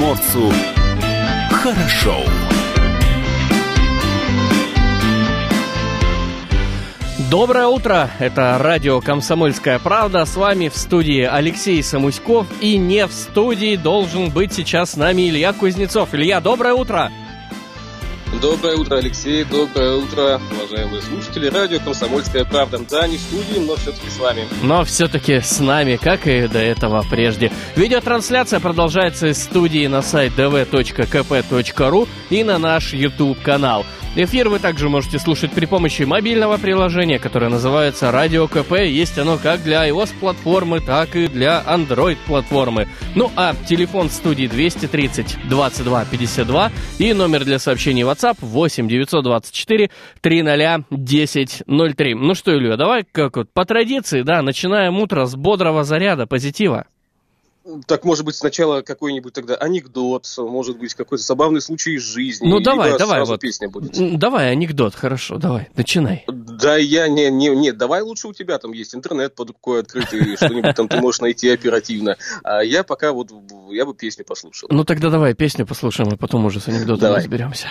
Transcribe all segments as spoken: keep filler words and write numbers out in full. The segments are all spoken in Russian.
комсомольцу хорошо. Доброе утро, это радио «Комсомольская правда», с вами в студии Алексей Самуськов, и не в студии должен быть сейчас с нами Илья Кузнецов. Илья, доброе утро! Доброе утро, Алексей, доброе утро, уважаемые слушатели. Радио «Комсомольская правда». Да, не в студии, но все-таки с вами. Но все-таки с нами, как и до этого прежде. Видеотрансляция продолжается из студии на сайт дэ вэ точка ка пэ точка ру и на наш YouTube-канал. Эфир вы также можете слушать при помощи мобильного приложения, которое называется «Радио ка пэ». Есть оно как для iOS-платформы, так и для Android-платформы. Ну а телефон студии двести тридцать двадцать два пятьдесят два и номер для сообщений WhatsApp восемь девятьсот двадцать четыре триста десять ноль три. Ну что, Илья, давай как вот по традиции, да, начинаем утро с бодрого заряда, позитива. Так, может быть, сначала какой-нибудь тогда анекдот, может быть, какой-то забавный случай из жизни. Ну, давай, давай, сразу вот. Песня будет. Давай анекдот, хорошо, давай, начинай. Да, я не, не, не, давай лучше у тебя там есть интернет под рукой открытый, что-нибудь там ты можешь найти оперативно. А я пока вот, я бы песню послушал. Ну, тогда давай песню послушаем, а потом уже с анекдотом давай. разберемся.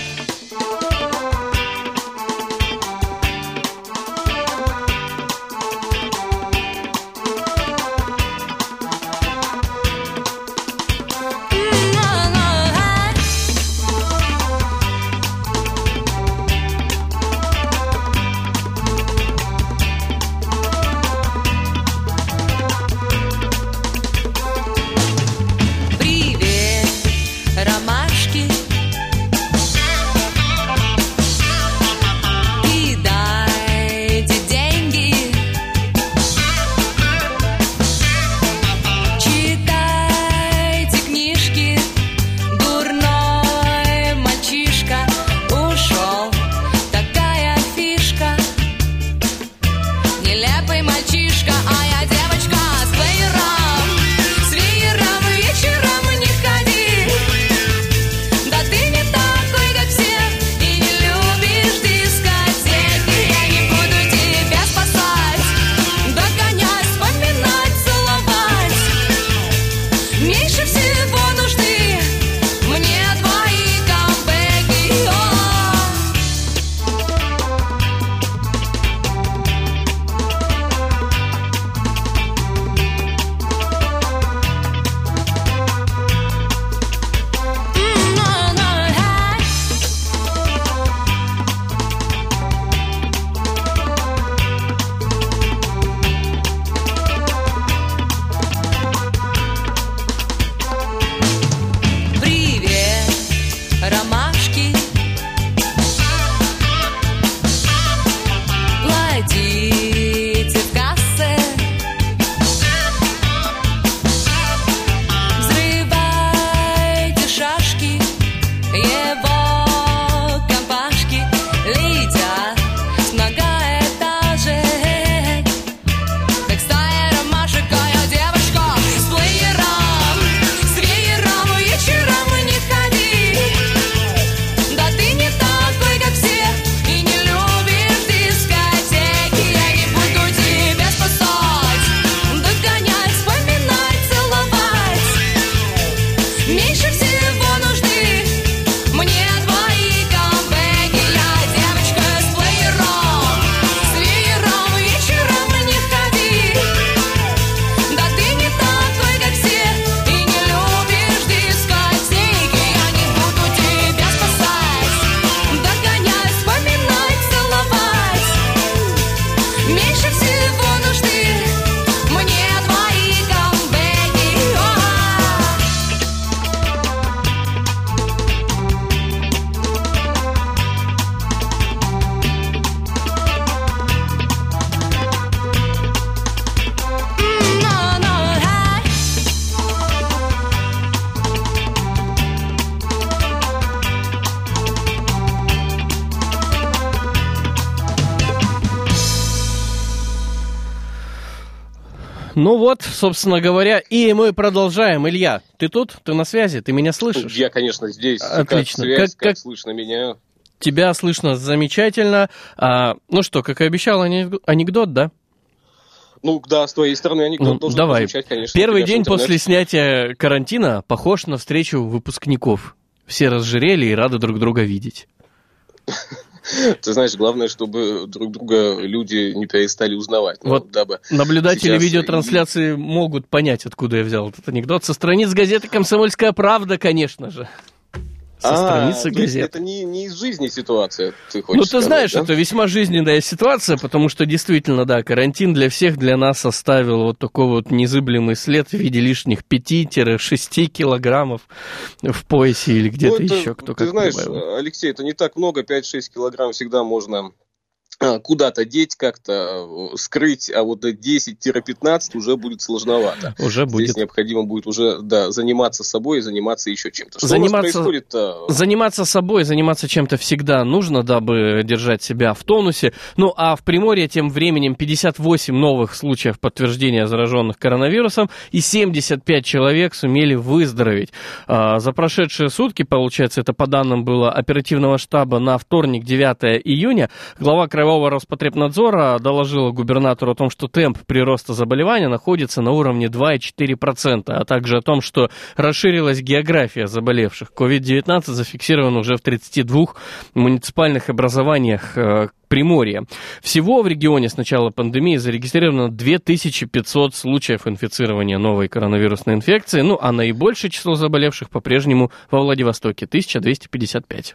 Ну вот, собственно говоря, и мы продолжаем. Илья, ты тут? Ты на связи? Ты меня слышишь? Я, конечно, здесь. Отлично. Как связь, как, как, как слышно меня? Тебя слышно замечательно. А, ну что, как и обещал, анекдот, да? Ну да, с твоей стороны анекдот Ну, должен давай. прозвучать, конечно. Первый у тебя день же интернет. после снятия карантина похож на встречу выпускников. Все разжирели и рады друг друга видеть. Ты знаешь, главное, чтобы друг друга люди не перестали узнавать. Ну, Вот дабы наблюдатели сейчас видеотрансляции могут понять, откуда я взял этот анекдот. Со страниц газеты «Комсомольская правда», конечно же. Со А, страницы то есть газеты. это не, не из жизни ситуация, ты хочешь Ну, ты сказать, знаешь, да? это весьма жизненная ситуация, потому что действительно, да, карантин для всех, для нас оставил вот такой вот незыблемый след в виде лишних пяти-шести килограммов в поясе или где-то Ну, это, еще, кто ты как знаешь, прибавил. Алексей, это не так много, пять-шесть килограмм всегда можно а, куда-то деть, как-то э, скрыть, а вот десять-пятнадцать уже будет сложновато. Уже будет. Здесь необходимо будет уже, да, заниматься собой и заниматься еще чем-то. Что Заниматься- у нас происходит-то? Заниматься собой, заниматься чем-то всегда нужно, дабы держать себя в тонусе. Ну, а в Приморье тем временем пятьдесят восемь новых случаев подтверждения зараженных коронавирусом и семьдесят пять человек сумели выздороветь. А, за прошедшие сутки, получается, это по данным было оперативного штаба на вторник, девятое июня, глава Краевого Роспотребнадзора доложила губернатору о том, что темп прироста заболевания находится на уровне два и четыре десятых процента, а также о том, что расширилась география заболевших. ковид девятнадцать зафиксирован уже в тридцати двух муниципальных образованиях э, Приморья. Всего в регионе с начала пандемии зарегистрировано две тысячи пятьсот случаев инфицирования новой коронавирусной инфекцией, ну а наибольшее число заболевших по-прежнему во Владивостоке – тысяча двести пятьдесят пять.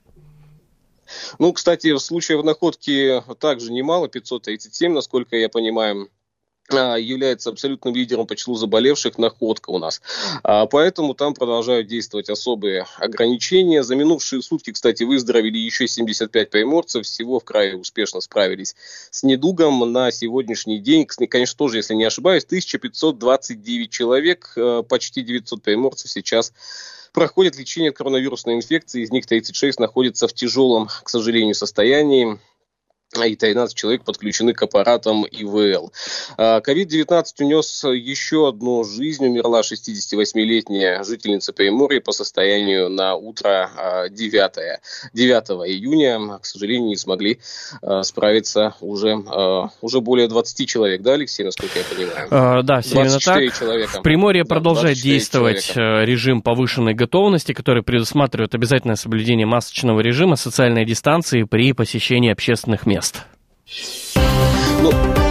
Ну, кстати, случаев находки также немало, пятьсот тридцать семь, насколько я понимаю, является абсолютным лидером по числу заболевших находка у нас. Поэтому там продолжают действовать особые ограничения. За минувшие сутки, кстати, выздоровели еще семьдесят пять приморцев. Всего в крае успешно справились с недугом. На сегодняшний день, конечно, тоже, если не ошибаюсь, тысяча пятьсот двадцать девять человек, почти девятьсот приморцев сейчас проходят лечение от коронавирусной инфекции. Из них тридцать шесть находятся в тяжелом, к сожалению, состоянии. И тринадцать человек подключены к аппаратам И В Л. ковид девятнадцать унес еще одну жизнь. Умерла шестидесятивосьмилетняя жительница Приморья по состоянию на утро девятого июня. К сожалению, не смогли справиться уже, уже более двадцати человек, да, Алексей, насколько я понимаю? А, да, все именно так. Человека. В Приморье Да, продолжает действовать человека. режим повышенной готовности, который предусматривает обязательное соблюдение масочного режима, социальной дистанции при посещении общественных мест. Ну,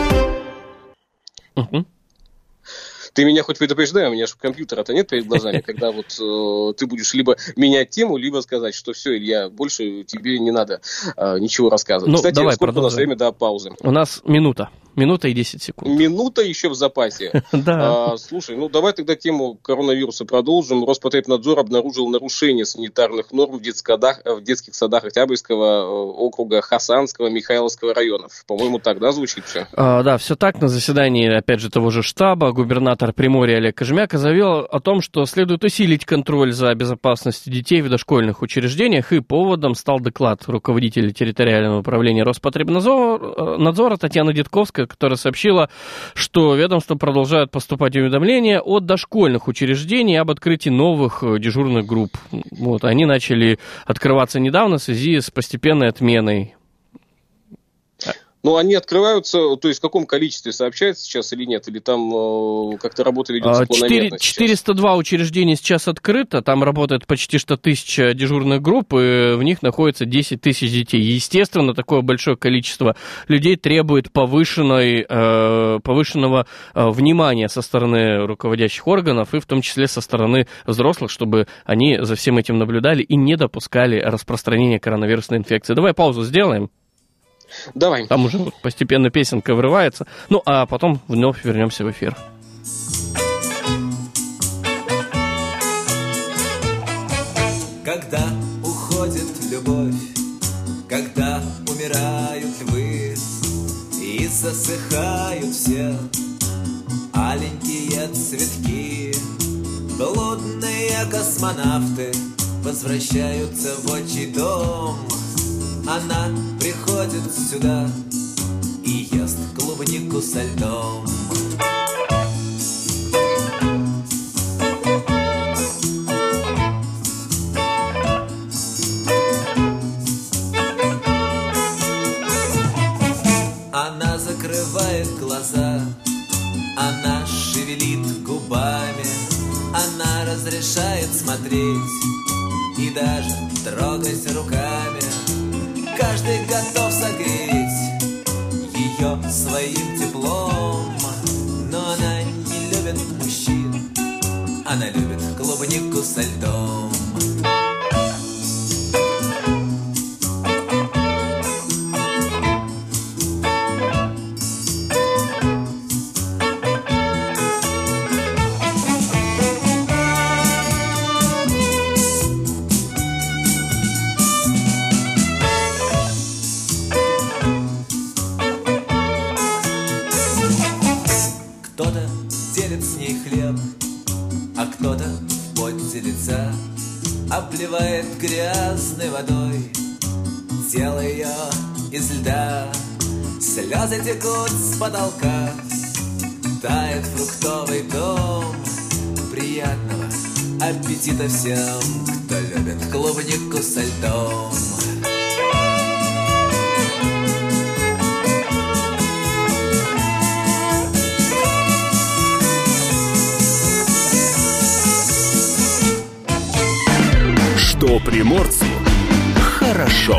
Угу. ты меня хоть предупреждай, у меня же компьютера-то нет перед глазами, когда вот э, ты будешь либо менять тему, либо сказать, что все, Илья, больше тебе не надо э, ничего рассказывать. Ну, Кстати, давай, сколько у нас продолжай. время до паузы? У нас минута. Минута и десять секунд. Минута еще в запасе. Да. А, слушай, ну давай тогда тему коронавируса продолжим. Роспотребнадзор обнаружил нарушение санитарных норм в, детскодах, в детских садах Октябрьского округа, Хасанского, Михайловского районов. По-моему, так, да, звучит все? А, да, все так. На заседании, опять же, того же штаба губернатор Приморья Олег Кожемяка заявил о том, что следует усилить контроль за безопасностью детей в дошкольных учреждениях, и поводом стал доклад руководителя территориального управления Роспотребнадзора Надзора Татьяны Детковской, которая сообщила, что ведомство продолжает поступать уведомления от дошкольных учреждений об открытии новых дежурных групп. Вот, они начали открываться недавно в связи с постепенной отменой. Ну, они открываются, то есть в каком количестве сообщается сейчас или нет? Или там э, как-то работа ведется планомерно сейчас? четыреста два учреждения сейчас открыто, там работает почти что тысяча дежурных групп, и в них находится десять тысяч детей. Естественно, такое большое количество людей требует повышенной, э, повышенного э, внимания со стороны руководящих органов, и в том числе со стороны взрослых, чтобы они за всем этим наблюдали и не допускали распространения коронавирусной инфекции. Давай паузу сделаем. Давай. Там уже постепенно песенка врывается. Ну, а потом вновь вернемся в эфир. Когда уходит любовь, когда умирают львы и засыхают все аленькие цветки, блудные космонавты возвращаются в отчий дом. Она приходит сюда и ест клубнику со льдом. Она закрывает глаза разрешает смотреть и даже трогать руками. Каждый готов согреть ее своим теплом, но она не любит мужчин, она любит клубнику со льдом. Кто-то делит с ней хлеб, а кто-то в поте лица обливает грязной водой тело ее из льда. Слезы текут с потолка, тает фруктовый дом. Приятного аппетита всем, кто любит клубнику со льдом. Что приморцу хорошо.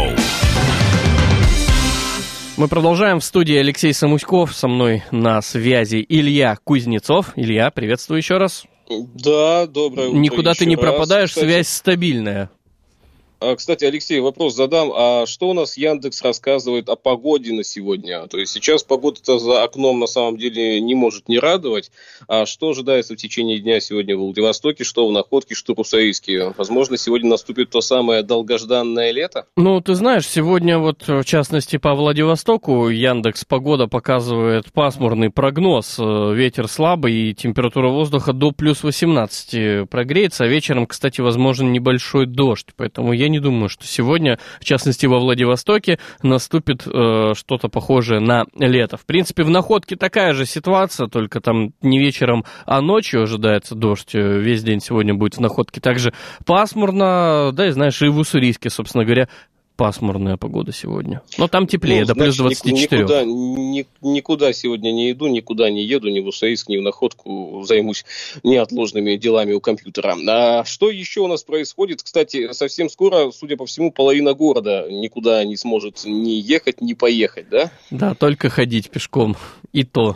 Мы продолжаем. В студии Алексей Самуськов, со мной на связи Илья Кузнецов. Илья, приветствую еще раз. Да, доброе утро. Никуда ты не раз. пропадаешь, Кстати, связь стабильная. Кстати, Алексей, вопрос задам. А что у нас Яндекс рассказывает о погоде на сегодня? То есть сейчас погода-то за окном на самом деле не может не радовать. А что ожидается в течение дня сегодня в Владивостоке, что в Находке, что в Уссурийске? Возможно, сегодня наступит то самое долгожданное лето? Ну, ты знаешь, сегодня вот, в частности, по Владивостоку Яндекс Погода показывает пасмурный прогноз. Ветер слабый и температура воздуха до плюс восемнадцати прогреется. А вечером, кстати, возможен небольшой дождь. Поэтому я не думаю, что сегодня, в частности, во Владивостоке, наступит э, что-то похожее на лето. В принципе, в Находке такая же ситуация, только там не вечером, а ночью ожидается дождь. Весь день сегодня будет в Находке также пасмурно, да, и знаешь, и в Уссурийске, собственно говоря, пасмурная погода сегодня. Но там теплее, ну, до плюс двадцати четырёх. Никуда, ни, никуда сегодня не иду, никуда не еду, ни в Уссурийск, ни в Находку, займусь неотложными делами у компьютера. А что еще у нас происходит? Кстати, совсем скоро, судя по всему, половина города никуда не сможет ни ехать, ни поехать, да? Да, только ходить пешком. И то.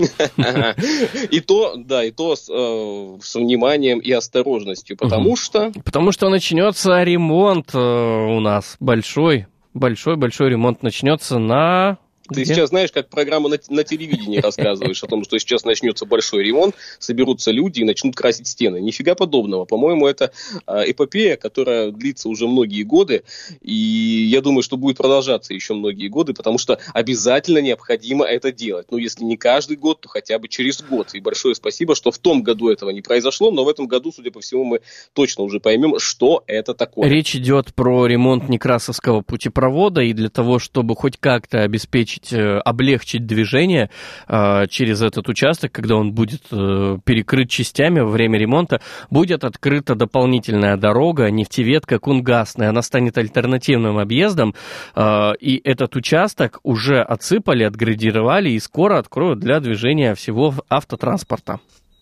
И то, да, и то с вниманием и осторожностью, потому что... Потому что начнется ремонт у нас большой. Большой-большой ремонт начнется на... Ты Где? сейчас знаешь, как программа на, на телевидении рассказываешь о том, что сейчас начнется большой ремонт, соберутся люди и начнут красить стены. Нифига подобного. По-моему, это э, эпопея, которая длится уже многие годы, и я думаю, что будет продолжаться еще многие годы, потому что обязательно необходимо это делать. Ну, если не каждый год, то хотя бы через год. И большое спасибо, что в том году этого не произошло, но в этом году, судя по всему, мы точно уже поймем, что это такое. Речь идет про ремонт Некрасовского путепровода, и для того, чтобы хоть как-то обеспечить облегчить движение э, через этот участок, когда он будет э, перекрыт частями во время ремонта, будет открыта дополнительная дорога Нефтеветка-Кунгасная. Она станет альтернативным объездом, э, и этот участок уже отсыпали, отградировали и скоро откроют для движения всего автотранспорта.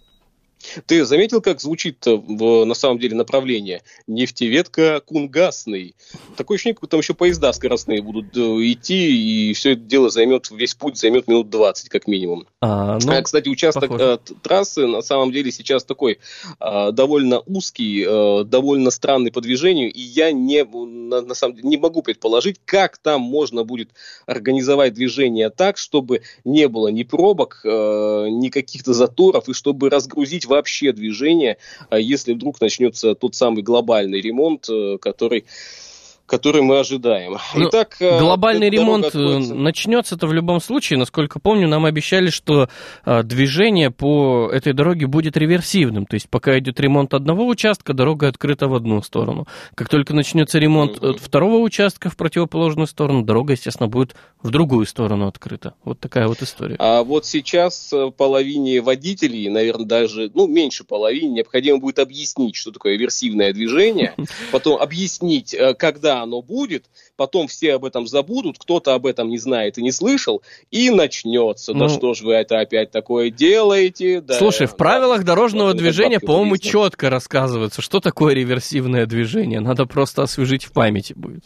Ты заметил, как звучит в, на самом деле направление? Нефтеветка-Кунгасный. Такое ощущение, как там еще поезда скоростные будут идти, и все это дело займет, весь путь займет минут двадцать, как минимум. А, ну, Кстати, участок а, трассы на самом деле сейчас такой а, довольно узкий, а, довольно странный по движению, и я не, на, на самом деле не могу предположить, как там можно будет организовать движение так, чтобы не было ни пробок, а, ни каких-то заторов, и чтобы разгрузить вообще движение, если вдруг начнется тот самый глобальный ремонт, который, который мы ожидаем. Ну, Итак, глобальный ремонт откроется. Начнется-то в любом случае. Насколько помню, нам обещали, что а, движение по этой дороге будет реверсивным. То есть пока идет ремонт одного участка, дорога открыта в одну сторону. Как только начнется ремонт mm-hmm. второго участка в противоположную сторону, дорога, естественно, будет в другую сторону открыта. Вот такая вот история. А вот сейчас половине водителей, наверное, даже, ну, меньше половины, необходимо будет объяснить, что такое реверсивное движение, потом объяснить, когда дня оно будет, потом все об этом забудут, кто-то об этом не знает и не слышал, и начнется. Ну, да что ж вы это опять такое делаете? Да, слушай, в правилах да, дорожного да, движения, по-моему, четко рассказывается, что такое реверсивное движение. Надо просто освежить в памяти будет.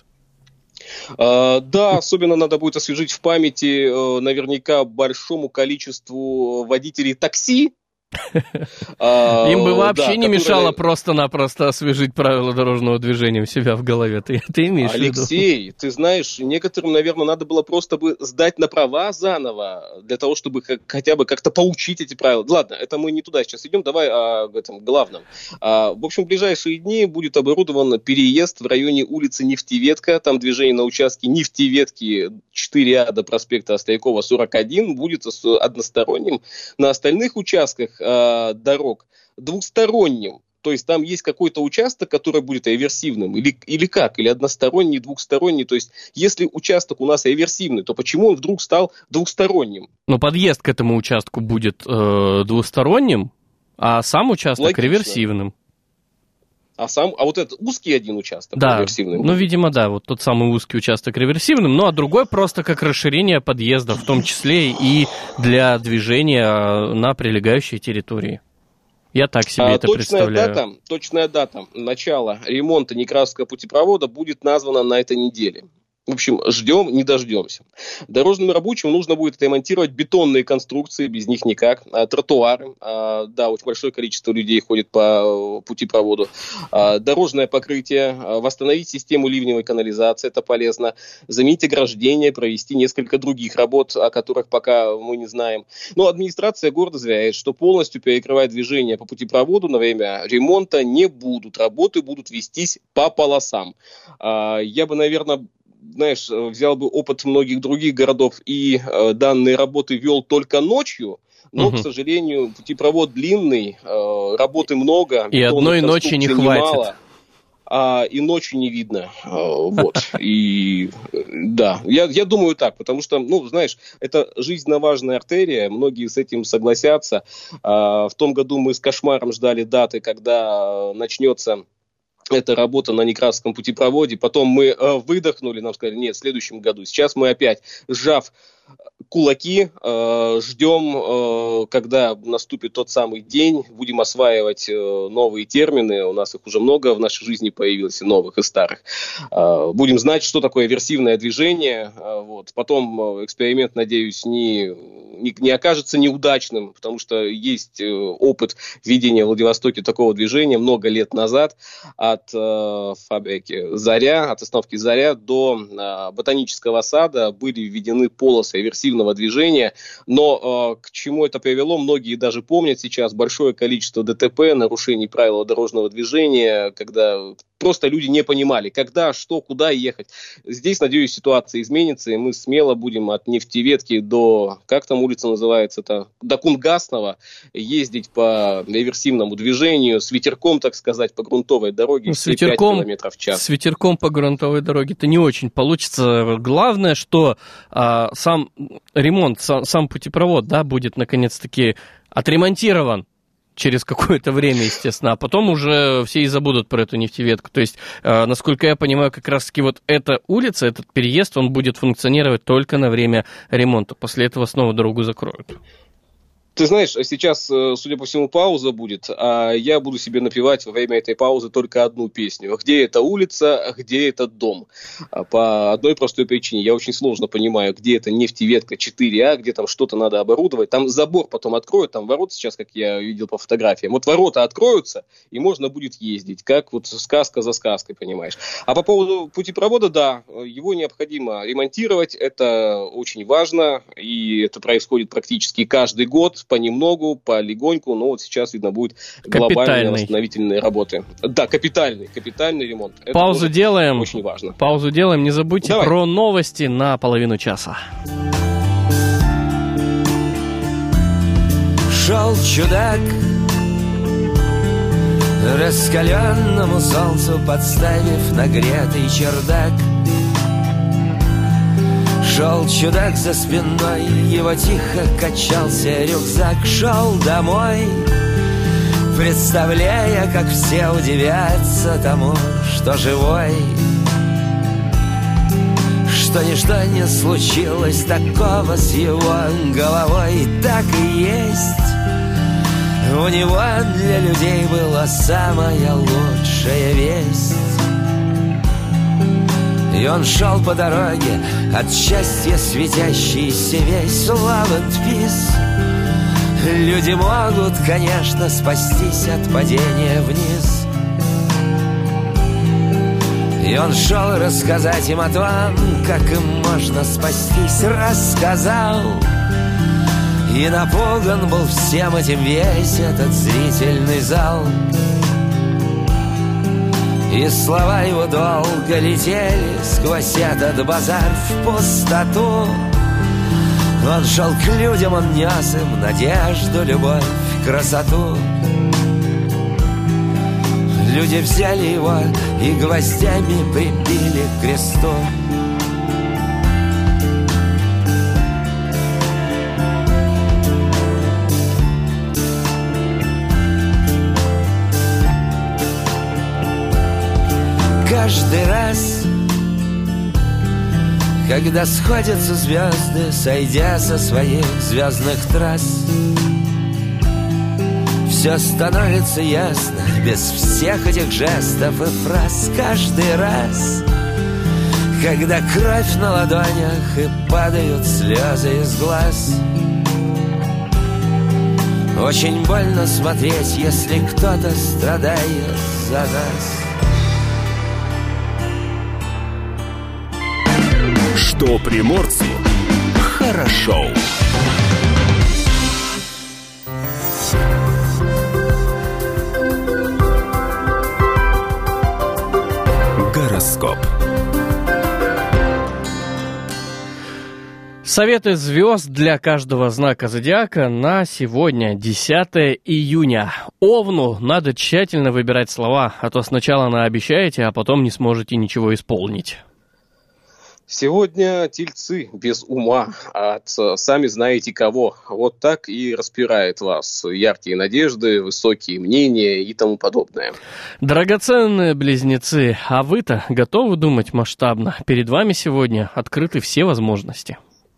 Uh, да, особенно надо будет освежить в памяти uh, наверняка большому количеству водителей такси. Uh, Им бы вообще да, не которые... мешало просто-напросто освежить правила дорожного движения у себя в голове. Ты, ты имеешь в виду? Алексей, ты знаешь, некоторым, наверное, надо было просто бы сдать на права заново, для того, чтобы хотя бы как-то поучить эти правила. Ладно, это мы не туда сейчас идем, давай о этом главном. А, в общем, в ближайшие дни будет оборудован переезд в районе улицы Нефтеветка. Там движение на участке Нефтеветки четыре А до проспекта Острякова сорок один будет односторонним. На остальных участках дорог двухсторонним. То есть там есть какой-то участок, который будет реверсивным, или, или как, или односторонний, двухсторонний. То есть если участок у нас реверсивный, то почему он вдруг стал двухсторонним? Но подъезд к этому участку будет э, двусторонним, а сам участок Логично. реверсивным. А, сам, а вот этот узкий один участок да, реверсивным? Ну, видимо, да, вот тот самый узкий участок реверсивным, ну, а другой просто как расширение подъезда, в том числе и для движения на прилегающей территории. Я так себе а, это точная представляю. Дата, точная дата начала ремонта Некрасовского путепровода будет названа на этой неделе. В общем, ждем, не дождемся. Дорожным рабочим нужно будет ремонтировать бетонные конструкции, без них никак, а, тротуары. А, да, очень большое количество людей ходит по путепроводу. А, дорожное покрытие, а, восстановить систему ливневой канализации, это полезно. Заменить ограждение, провести несколько других работ, о которых пока мы не знаем. Но администрация города заявляет, что полностью перекрывать движение по путепроводу на время ремонта не будут. Работы будут вестись по полосам. А, я бы, наверное... знаешь, взял бы опыт многих других городов и э, данные работы вел только ночью, но, угу. к сожалению, путепровод длинный, э, работы много. И одной ночи не хватит. Немало, а, и ночью не видно. Э, вот. И да, я, я думаю так, потому что, ну, знаешь, это жизненно важная артерия, многие с этим согласятся. А, в том году мы с кошмаром ждали даты, когда начнется эта работа на Некрасовском путепроводе. Потом мы э, выдохнули, нам сказали, нет, в следующем году. Сейчас мы опять, сжав кулаки, э, ждем, э, когда наступит тот самый день, будем осваивать э, новые термины, у нас их уже много в нашей жизни появилось, и новых, и старых. Э, будем знать, что такое реверсивное движение. Э, вот. Потом эксперимент, надеюсь, не, не, не окажется неудачным, потому что есть э, опыт введения в Владивостоке такого движения много лет назад, от э, фабрики «Заря», от остановки «Заря» до э, ботанического сада были введены полосы реверсивного движения, но э, к чему это привело, многие даже помнят сейчас большое количество ДТП, нарушений правил дорожного движения, когда просто люди не понимали, когда, что, куда ехать. Здесь, надеюсь, ситуация изменится, и мы смело будем от Нефтеветки до, как там улица называется-то, до Кунгасного ездить по реверсивному движению, с ветерком, так сказать, по грунтовой дороге, ну, с ветерком, пять километров в час. С ветерком по грунтовой дороге-то не очень получится. Главное, что а, сам ремонт, сам, сам путепровод, да, будет наконец-таки отремонтирован через какое-то время, естественно, а потом уже все и забудут про эту нефтеветку. То есть, э, насколько я понимаю, как раз-таки вот эта улица, этот переезд, он будет функционировать только на время ремонта. После этого снова дорогу закроют. Ты знаешь, сейчас, судя по всему, пауза будет, а я буду себе напевать во время этой паузы только одну песню. Где эта улица, где этот дом? По одной простой причине. Я очень сложно понимаю, где это Нефтеветка четыре А, где там что-то надо оборудовать. Там забор потом откроют, там ворота сейчас, как я видел по фотографиям. Вот ворота откроются, и можно будет ездить. Как вот сказка за сказкой, понимаешь. А по поводу путепровода, да, его необходимо ремонтировать. Это очень важно, и это происходит практически каждый год. Понемногу, полегоньку, но вот сейчас, видно, будет глобальные восстановительные работы. Да, капитальный, капитальный ремонт. Это Паузу делаем. Очень важно. Паузу делаем. Не забудьте Давай. про новости на половину часа. Шел чудак, раскаленному солнцу подставив нагретый чердак. Шел чудак за спиной, его тихо качался рюкзак. Шел домой, представляя, как все удивятся тому, что живой. что ничто не случилось такого с его головой. Так и есть. У него для людей была самая лучшая весть. И он шел по дороге, от счастья светящийся весь. Love and peace. Люди могут, конечно, спастись от падения вниз. И он шел рассказать им о том, как им можно спастись. Рассказал. И напуган был всем этим весь этот зрительный зал. И слова его долго летели сквозь этот базар в пустоту. Он шел к людям, он нес им надежду, любовь, красоту. Люди взяли его и гвоздями прибили к кресту. Каждый раз, когда сходятся звезды, сойдя со своих звездных трасс, все становится ясно без всех этих жестов и фраз. Каждый раз, когда кровь на ладонях и падают слезы из глаз, очень больно смотреть, если кто-то страдает за нас. Что приморцу хорошо. Гороскоп. Советы звезд для каждого знака зодиака на сегодня, десятое июня. Овну надо тщательно выбирать слова, а то сначала наобещаете, а потом не сможете ничего исполнить. Сегодня тельцы без ума от сами знаете кого. Вот так и распирает вас яркие надежды, высокие мнения и тому подобное. Драгоценные близнецы, а вы-то готовы думать масштабно? Перед вами сегодня открыты все возможности.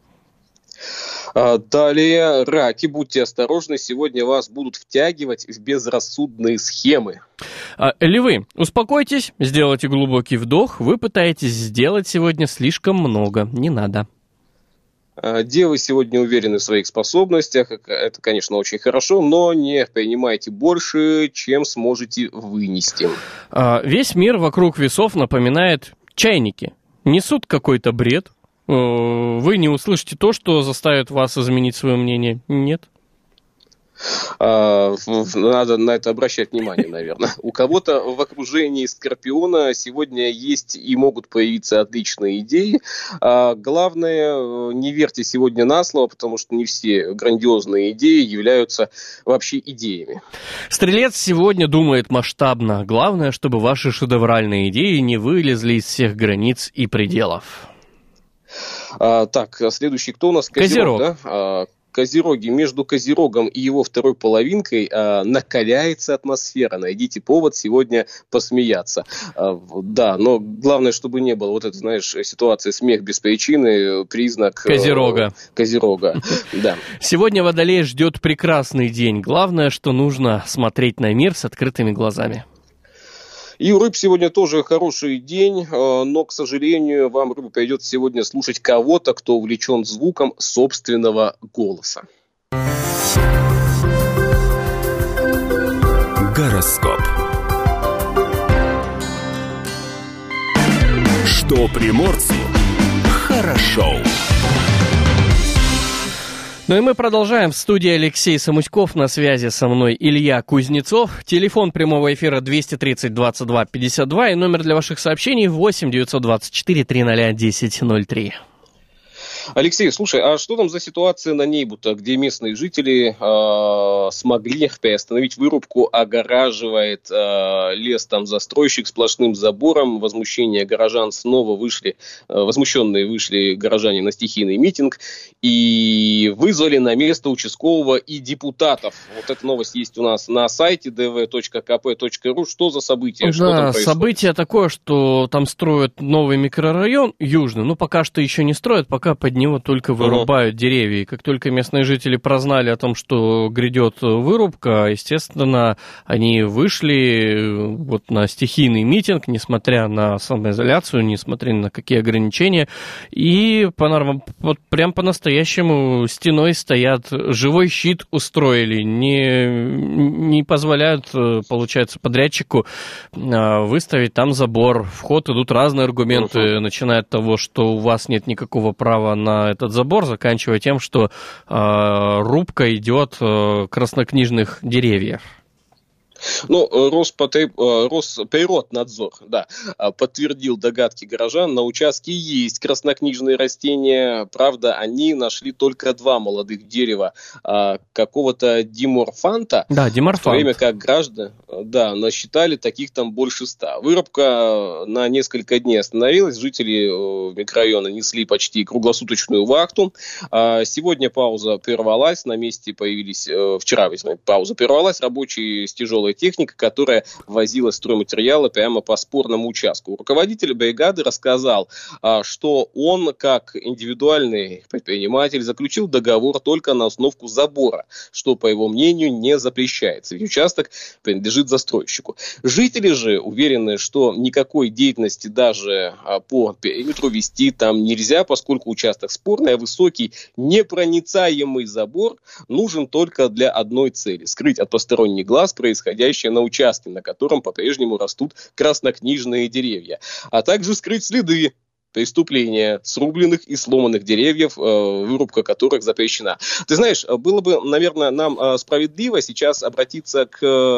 Далее, раки, будьте осторожны, сегодня вас будут втягивать в безрассудные схемы. А, львы, успокойтесь, сделайте глубокий вдох, вы пытаетесь сделать сегодня слишком много, не надо. Девы сегодня уверены в своих способностях, это, конечно, очень хорошо, но не принимайте больше, чем сможете вынести. А, весь мир вокруг весов напоминает чайники, несут какой-то бред. Вы не услышите то, что заставит вас изменить свое мнение? Нет? Надо на это обращать внимание, наверное. У кого-то в окружении Скорпиона сегодня есть и могут появиться отличные идеи. Главное, не верьте сегодня на слово, потому что не все грандиозные идеи являются вообще идеями. Стрелец сегодня думает масштабно. Главное, чтобы ваши шедевральные идеи не вылезли из всех границ и пределов. А, так, следующий кто у нас? Козерог, Козерог. Да? А, Козероги. Между Козерогом и его второй половинкой а, накаляется атмосфера. Найдите повод сегодня посмеяться. А, да, но главное, чтобы не было вот этой, знаешь, ситуации смех без причины, признак Козерога. Э, Козерога. Да. Сегодня Водолея ждет прекрасный день. Главное, что нужно смотреть на мир с открытыми глазами. И у рыб сегодня тоже хороший день, но, к сожалению, вам, рыбы, придется сегодня слушать кого-то, кто увлечен звуком собственного голоса. Гороскоп. Что приморцу хорошо. Ну и мы продолжаем. В студии Алексей Самуськов, на связи со мной Илья Кузнецов. Телефон прямого эфира двести тридцать двадцать два пятьдесят два и номер для ваших сообщений восемь девятьсот двадцать четыре триста десять ноль три. Алексей, слушай, а что там за ситуация на Нейбута, где местные жители э, смогли приостановить вырубку, огораживает э, лес там застройщик сплошным забором, возмущение горожан снова вышли, э, возмущенные вышли горожане на стихийный митинг и вызвали на место участкового и депутатов. Вот эта новость есть у нас на сайте ди ви точка ка пэ точка ру. Что за событие? Да, что там происходит? Событие такое, что там строят новый микрорайон южный, ну пока что еще не строят, пока под него только вырубают uh-huh. деревья. И как только местные жители прознали о том, что грядет вырубка, естественно, они вышли вот на стихийный митинг, несмотря на самоизоляцию, несмотря на какие ограничения, и по, вот прям по-настоящему стеной стоят, живой щит устроили, не, не позволяют, получается, подрядчику выставить там забор. В ход идут разные аргументы, uh-huh. начиная от того, что у вас нет никакого права на этот забор, заканчивая тем, что э, рубка идет э, краснокнижных деревьев. Ну, Росприроднадзор, да, подтвердил догадки горожан. На участке есть краснокнижные растения. Правда, они нашли только два молодых дерева какого-то диморфанта. Да, диморфант. В то время как граждане, да, насчитали таких там больше ста. Вырубка на несколько дней остановилась. Жители микрорайона несли почти круглосуточную вахту. Сегодня пауза прервалась. На месте появились, вчера, пауза прервалась. Рабочие с тяжелой техника, которая возила стройматериалы прямо по спорному участку. Руководитель бригады рассказал, что он, как индивидуальный предприниматель, заключил договор только на установку забора, что, по его мнению, не запрещается. Ведь участок принадлежит застройщику. Жители же уверены, что никакой деятельности даже по периметру вести там нельзя, поскольку участок спорный, а высокий непроницаемый забор нужен только для одной цели – скрыть от посторонних глаз происходящее на участке, на котором по-прежнему растут краснокнижные деревья, а также скрыть следы преступления срубленных и сломанных деревьев, вырубка которых запрещена. Ты знаешь, было бы, наверное, нам справедливо сейчас обратиться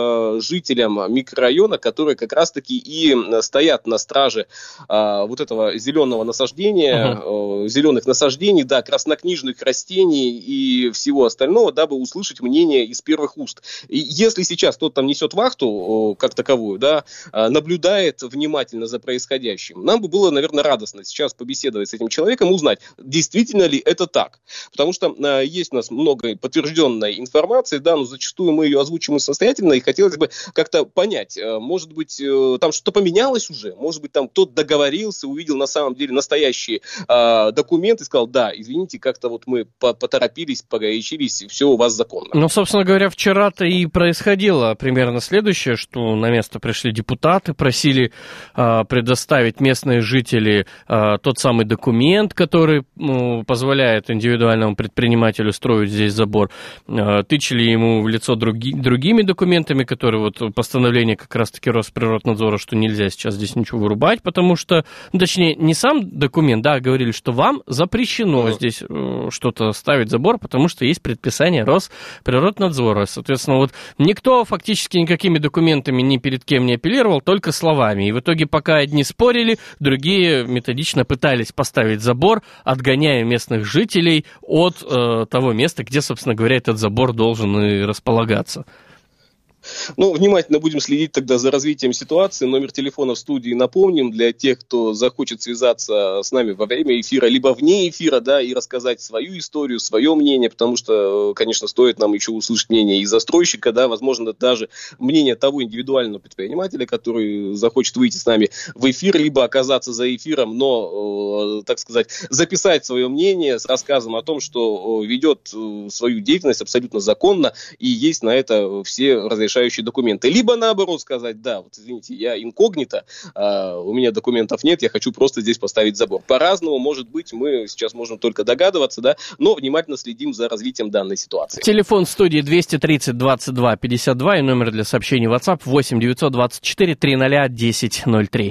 к жителям микрорайона, которые как раз-таки и стоят на страже вот этого зеленого насаждения, uh-huh. зеленых насаждений, да, краснокнижных растений и всего остального, дабы услышать мнение из первых уст. И если сейчас тот там несет вахту как таковую, да, наблюдает внимательно за происходящим, нам бы было, наверное, радостно сейчас побеседовать с этим человеком, узнать, действительно ли это так. Потому что э, есть у нас много подтвержденной информации, да, но зачастую мы ее озвучим самостоятельно, и хотелось бы как-то понять, э, может быть, э, там что-то поменялось уже, может быть, там кто-то договорился, увидел на самом деле настоящие э, документы и сказал, да, извините, как-то вот мы поторопились, погорячились, все у вас законно. Ну, собственно говоря, вчера-то и происходило примерно следующее, что на место пришли депутаты, просили э, предоставить местные жители э, тот самый документ, который ну, позволяет индивидуальному предпринимателю строить здесь забор. Тычили ему в лицо други, другими документами, которые вот постановление как раз-таки Росприроднадзора, что нельзя сейчас здесь ничего вырубать, потому что, ну, точнее, не сам документ, да, говорили, что вам запрещено здесь э, что-то ставить забор, потому что есть предписание Росприроднадзора. Соответственно, вот никто фактически никакими документами ни перед кем не апеллировал, только словами. И в итоге, пока одни спорили, другие методично пытались поставить забор, отгоняя местных жителей от э, того места, где, собственно говоря, этот забор должен и располагаться. Ну, внимательно будем следить тогда за развитием ситуации. Номер телефона в студии напомним для тех, кто захочет связаться с нами во время эфира, либо вне эфира, да, и рассказать свою историю, свое мнение, потому что, конечно, стоит нам еще услышать мнение и застройщика, да, возможно, даже мнение того индивидуального предпринимателя, который захочет выйти с нами в эфир, либо оказаться за эфиром, но, так сказать, записать свое мнение с рассказом о том, что ведет свою деятельность абсолютно законно, и есть на это все разрешения документы. Либо наоборот сказать, да, вот извините, я инкогнито, а, у меня документов нет, я хочу просто здесь поставить забор. По-разному, может быть, мы сейчас можем только догадываться, да, но внимательно следим за развитием данной ситуации. Телефон в студии двести тридцать двадцать два пятьдесят два и номер для сообщений WhatsApp восемь девятьсот двадцать четыре триста десять ноль три.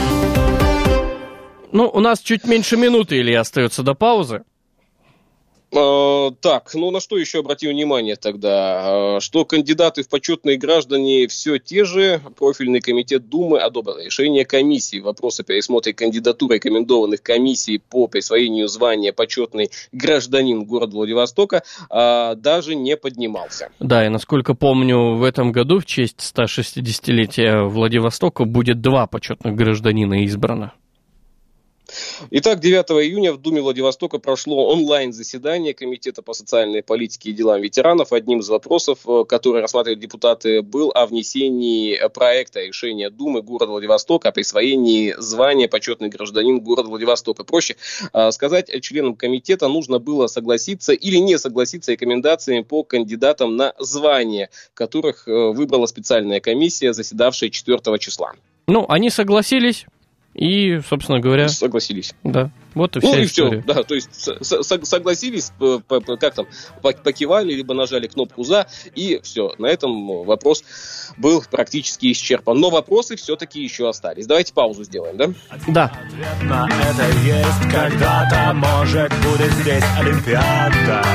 Ну, у нас чуть меньше минуты, или остается до паузы. Так, ну на что еще обратим внимание тогда? Что кандидаты в почетные граждане все те же. Профильный комитет Думы одобрил решение комиссии. Вопрос о пересмотре кандидатур рекомендованных комиссий по присвоению звания почетный гражданин города Владивостока даже не поднимался. Да, и насколько помню, в этом году в честь ста шестидесятилетия Владивостока будет два почетных гражданина избрано. Итак, девятого июня в Думе Владивостока прошло онлайн-заседание Комитета по социальной политике и делам ветеранов. Одним из вопросов, который рассматривали депутаты, был о внесении проекта решения Думы города Владивостока о присвоении звания почетный гражданин города Владивостока. Проще сказать, членам комитета нужно было согласиться или не согласиться с рекомендациями по кандидатам на звание, которых выбрала специальная комиссия, заседавшая четвёртого числа. Ну, они согласились. И, собственно говоря... Согласились. Да, вот и вся ну, история. И все, да, то есть с- с- согласились, как там, покивали, либо нажали кнопку «за», и все, на этом вопрос был практически исчерпан. Но вопросы все-таки еще остались. Давайте паузу сделаем, да? Да. Ответ на это есть когда-то, может, будет здесь Олимпиада.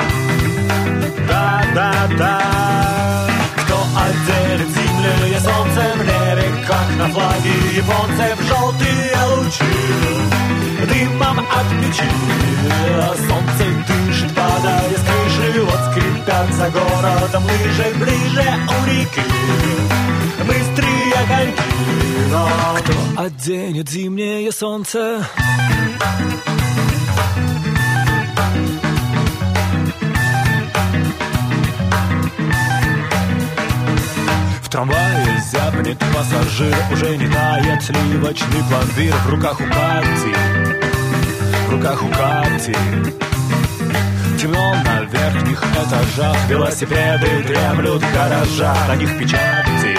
Да-да-да. Кто отделит зимнее солнце в небе, как на флаге японцев, желтые лучи дымом от печи. Солнце дышит, падая с крыши, вот скрипят за городом лыжи, ближе у реки быстрые коньки. Но кто оденет зимнее солнце? В трамвае зябнет пассажир, уже не тает сливочный пломбир. В руках у Кати, в руках у Кати темно на верхних этажах. Велосипеды дремлют в гаражах, на них печати.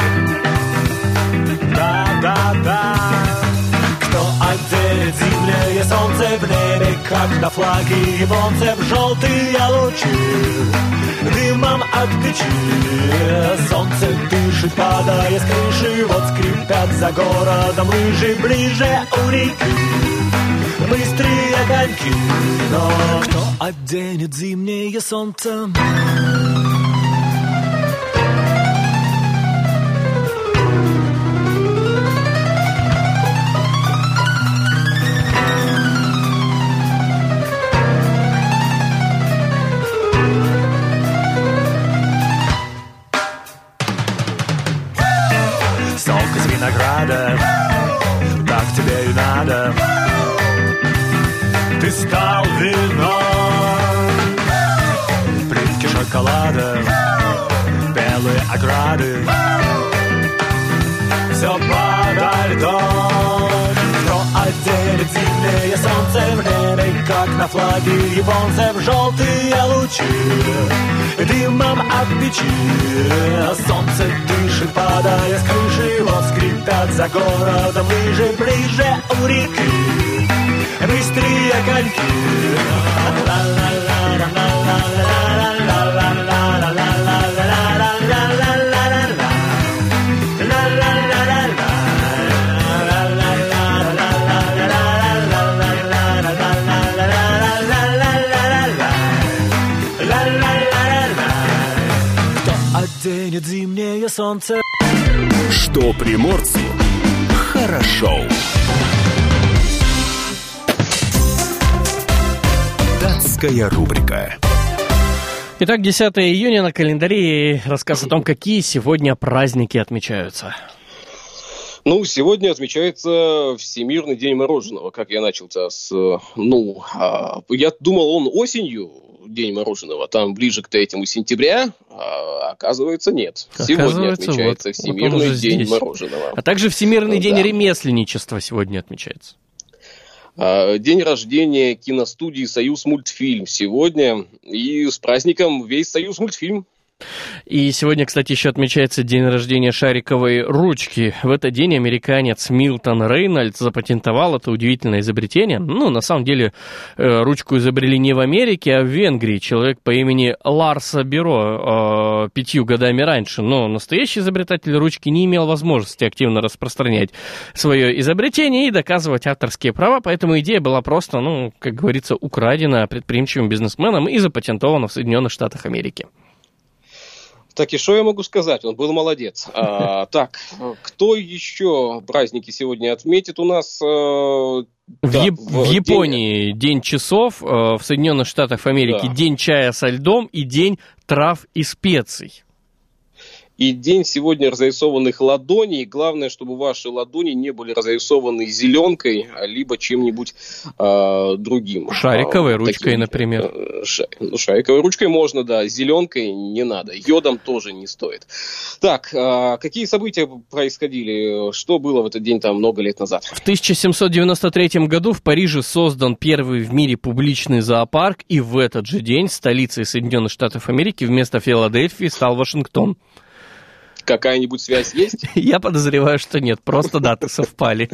Да-да-да. Кто оденет зимнее солнце в небе, как на флаге японцев, желтые лучи дымом от печи. Солнце дышит, падая с крыши, вот скрипят за городом лыжи, ближе у реки быстрые коньки. Но кто оденет зимнее солнце? Сок из винограда, так тебе и надо. Ты стал вином, плитки шоколада, белые ограды, все подо льдом. Кто оденет зимнее солнце в небе, как на флаге японцев, желтые лучи дымом от печи. Солнце дышит, падая с крыши, вот скрипят за городом лыжи, ближе у реки быстрые коньки. Кто оденет зимнее солнце? Что приморцу хорошо. Датская рубрика. Итак, десятого июня на календаре, и рассказ о том, какие сегодня праздники отмечаются. Ну, сегодня отмечается Всемирный день мороженого. Как я начал-то с... Ну, я думал, он осенью, день мороженого, там ближе к третьему сентября, а оказывается, нет. Сегодня отмечается вот, Всемирный вот день здесь. Мороженого. А также Всемирный день да. ремесленничества сегодня отмечается. День рождения киностудии «Союз мультфильм» сегодня. И с праздником весь «Союз мультфильм». И сегодня, кстати, еще отмечается день рождения шариковой ручки. В этот день американец Милтон Рейнольдс запатентовал это удивительное изобретение. Ну, на самом деле, ручку изобрели не в Америке, а в Венгрии. Человек по имени Ларса Биро пятью годами раньше. Но настоящий изобретатель ручки не имел возможности активно распространять свое изобретение и доказывать авторские права, поэтому идея была просто, ну, как говорится, украдена предприимчивым бизнесменом и запатентована в Соединенных Штатах Америки. Так, и что я могу сказать? Он был молодец. А, так, кто еще праздники сегодня отметит у нас? В, да, Яп- в, в Японии день, день часов, в Соединенных Штатах Америки да. День чая со льдом и день трав и специй. И день сегодня разрисованных ладоней. Главное, чтобы ваши ладони не были разрисованы зеленкой, либо чем-нибудь э, другим. Шариковой а, ручкой, таким, например. Э, ша, ну, шариковой ручкой можно, да. Зеленкой не надо. Йодом тоже не стоит. Так, э, какие события происходили? Что было в этот день там много лет назад? В тысяча семьсот девяносто третьем году в Париже создан первый в мире публичный зоопарк, и в этот же день столицей Соединенных Штатов Америки вместо Филадельфии стал Вашингтон. Какая-нибудь связь есть? Я подозреваю, что нет, просто даты совпали.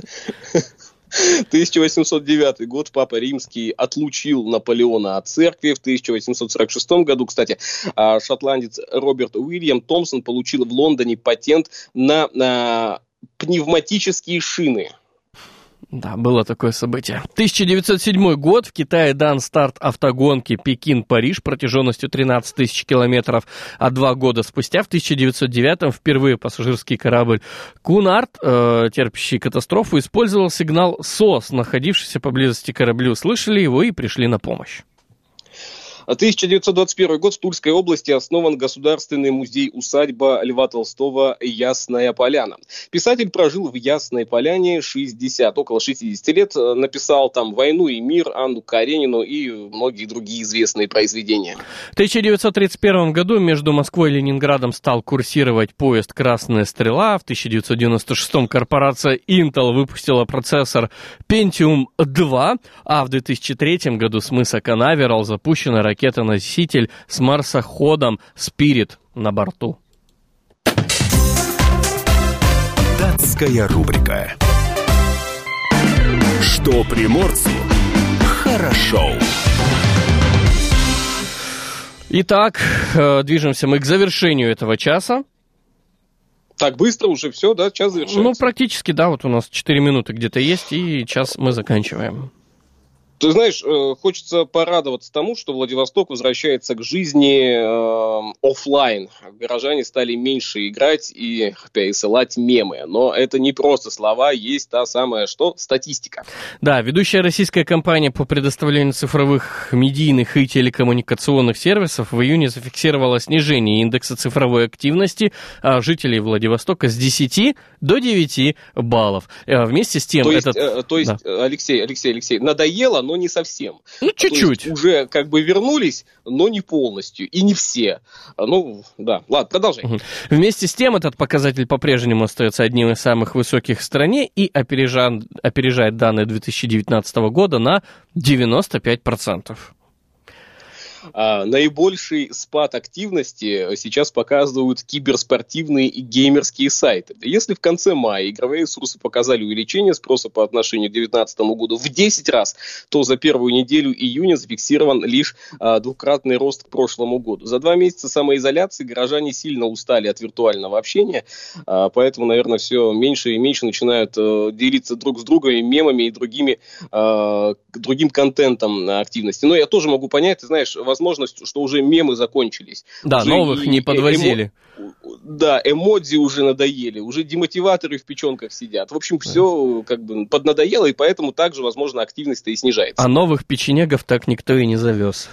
тысяча восемьсот девятый год Папа Римский отлучил Наполеона от церкви. В тысяча восемьсот сорок шестом году, кстати, шотландец Роберт Уильям Томпсон получил в Лондоне патент на, на пневматические шины. Да, было такое событие. тысяча девятьсот седьмой год. В Китае дан старт автогонки Пекин-Париж протяженностью тринадцать тысяч километров. А два года спустя, в тысяча девятьсот девятом, впервые пассажирский корабль Кунард, э, терпящий катастрофу, использовал сигнал СОС. Находившиеся поблизости корабли услышали его и пришли на помощь. тысяча девятьсот двадцать первый год. В Тульской области основан Государственный музей-усадьба Льва Толстого «Ясная Поляна». Писатель прожил в Ясной Поляне шестьдесят, около шестьдесят лет. Написал там «Войну и мир», Анну Каренину и многие другие известные произведения. В тысяча девятьсот тридцать первом году между Москвой и Ленинградом стал курсировать поезд «Красная стрела». В тысяча девятьсот девяносто шестом корпорация Intel выпустила процессор Pentium два, а в две тысячи третьем году с мыса Канаверал запущена ракета ракета-носитель с марсоходом Spirit на борту. Датская рубрика. Что приморцу хорошо. Итак, движемся мы к завершению этого часа. Так быстро уже все, да? Час завершается? Ну, практически, да. Вот у нас четыре минуты где-то есть, и час мы заканчиваем. Ты знаешь, хочется порадоваться тому, что Владивосток возвращается к жизни э, офлайн. Горожане стали меньше играть и пересылать мемы. Но это не просто слова, есть та самая, что? Статистика. Да, ведущая российская компания по предоставлению цифровых медийных и телекоммуникационных сервисов в июне зафиксировала снижение индекса цифровой активности жителей Владивостока с десяти до девяти баллов. Вместе с тем... То есть, этот... э, то есть да. Алексей, Алексей, Алексей, надоело, но не совсем. Ну, чуть-чуть. То есть уже как бы вернулись, но не полностью. И не все. Ну, да. Ладно, продолжай. Угу. Вместе с тем, этот показатель по-прежнему остается одним из самых высоких в стране и опережает, опережает данные две тысячи девятнадцатого года на девяносто пять процентов. А, наибольший спад активности сейчас показывают киберспортивные и геймерские сайты. Если в конце мая игровые ресурсы показали увеличение спроса по отношению к две тысячи девятнадцатому году в десять раз, то за первую неделю июня зафиксирован лишь а, двукратный рост к прошлому году. За два месяца самоизоляции горожане сильно устали от виртуального общения, а, поэтому, наверное, все меньше и меньше начинают а, делиться друг с другом и мемами и другими, а, другим контентом активности. Но я тоже могу понять, ты знаешь, возможность, что уже мемы закончились. Да, уже новых и, не подвозили. Эмо... Да, эмодзи уже надоели, уже демотиваторы в печенках сидят. В общем, все как бы поднадоело, и поэтому также, возможно, активность-то и снижается. А новых печенегов так никто и не завез.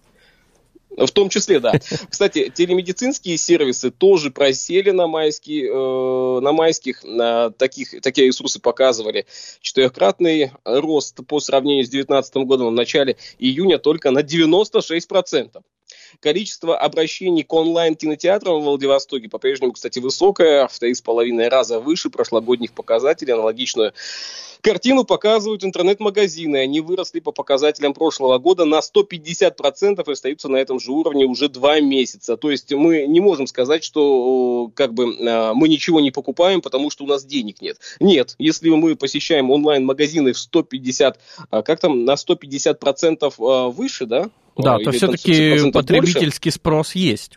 В том числе, да. Кстати, телемедицинские сервисы тоже просели на, майские, э, на майских. На таких, такие ресурсы показывали четырехкратный рост по сравнению с две тысячи девятнадцатым годом в начале июня только на девяносто шесть процентов. Количество обращений к онлайн-кинотеатрам в Владивостоке по-прежнему, кстати, высокое, в три с половиной раза выше прошлогодних показателей. Аналогичную картину показывают интернет-магазины. Они выросли по показателям прошлого года на сто пятьдесят процентов и остаются на этом же уровне уже два месяца. То есть мы не можем сказать, что как бы, мы ничего не покупаем, потому что у нас денег нет. Нет, если мы посещаем онлайн-магазины в сто пятьдесят, как там, на сто пятьдесят процентов выше, да? Да, то все-таки потребительский больше. Спрос есть.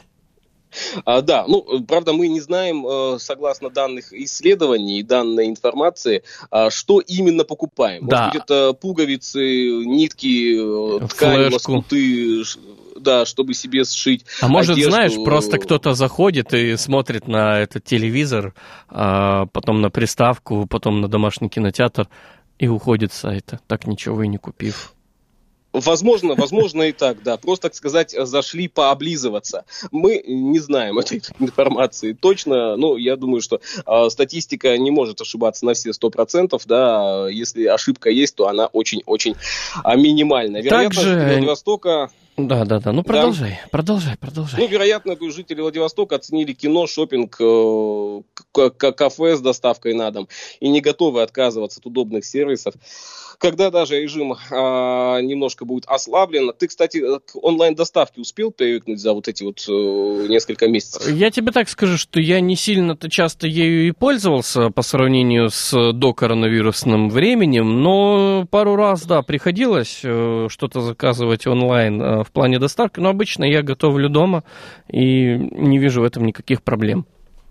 А, да, ну, правда, мы не знаем, согласно данных исследований и данной информации, что именно покупаем. Да. Может быть, это пуговицы, нитки, ткань, лоскуты, да, чтобы себе сшить. А может, одежду. Знаешь, просто кто-то заходит и смотрит на этот телевизор, потом на приставку, потом на домашний кинотеатр и уходит с сайта, так ничего и не купив. Возможно, возможно и так, да. Просто, так сказать, зашли пооблизываться. Мы не знаем этой информации точно, но я думаю, что э, статистика не может ошибаться на все сто процентов, да. Если ошибка есть, то она очень-очень а, минимальная. Вероятно, Также... жители Владивостока... Да, да, да. Ну, продолжай, да. продолжай, продолжай. Ну, вероятно, жители Владивостока оценили кино, шопинг, э, к- кафе с доставкой на дом и не готовы отказываться от удобных сервисов. Когда даже режим а, немножко будет ослаблен. Ты, кстати, к онлайн-доставке успел привыкнуть за вот эти вот э, несколько месяцев? Я тебе так скажу, что я не сильно-то часто ею и пользовался по сравнению с докоронавирусным временем, но пару раз, да, приходилось э, что-то заказывать онлайн э, в плане доставки, но обычно я готовлю дома и не вижу в этом никаких проблем.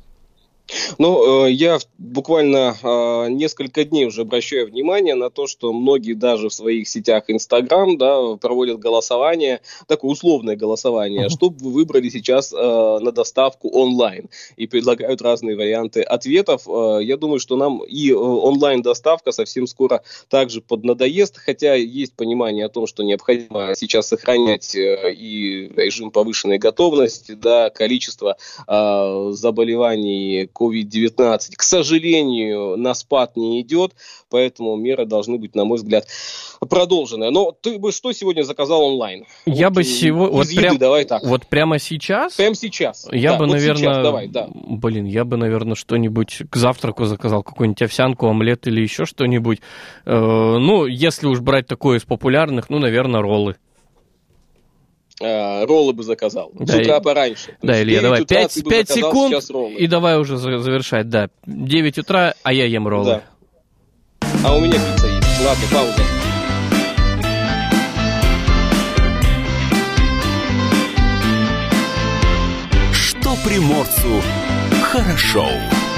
Ну, я буквально несколько дней уже обращаю внимание на то, что многие даже в своих сетях Инстаграм, да, проводят голосование, такое условное голосование, uh-huh. чтобы вы выбрали сейчас на доставку онлайн и предлагают разные варианты ответов. Я думаю, что нам и онлайн-доставка совсем скоро также поднадоест, хотя есть понимание о том, что необходимо сейчас сохранять и режим повышенной готовности, да, количество заболеваний ковид девятнадцать, к сожалению, на спад не идет, поэтому меры должны быть, на мой взгляд, продолжены. Но ты бы что сегодня заказал онлайн? Я вот, бы сегодня... Вот, прям... давай так. вот прямо сейчас? Прямо сейчас. Я да, бы, вот наверное... Сейчас, давай, да. Блин, я бы, наверное, что-нибудь к завтраку заказал, какую-нибудь овсянку, омлет или еще что-нибудь. Э, ну, если уж брать такое из популярных, ну, наверное, роллы. Uh, роллы бы заказал. Да, с утра и... пораньше. Да, Илья, давай, пять секунд, и давай уже завершать. Да, девять утра, а я ем роллы. Да. А у меня пицца есть. Ладно, пауза. Что приморцу хорошо.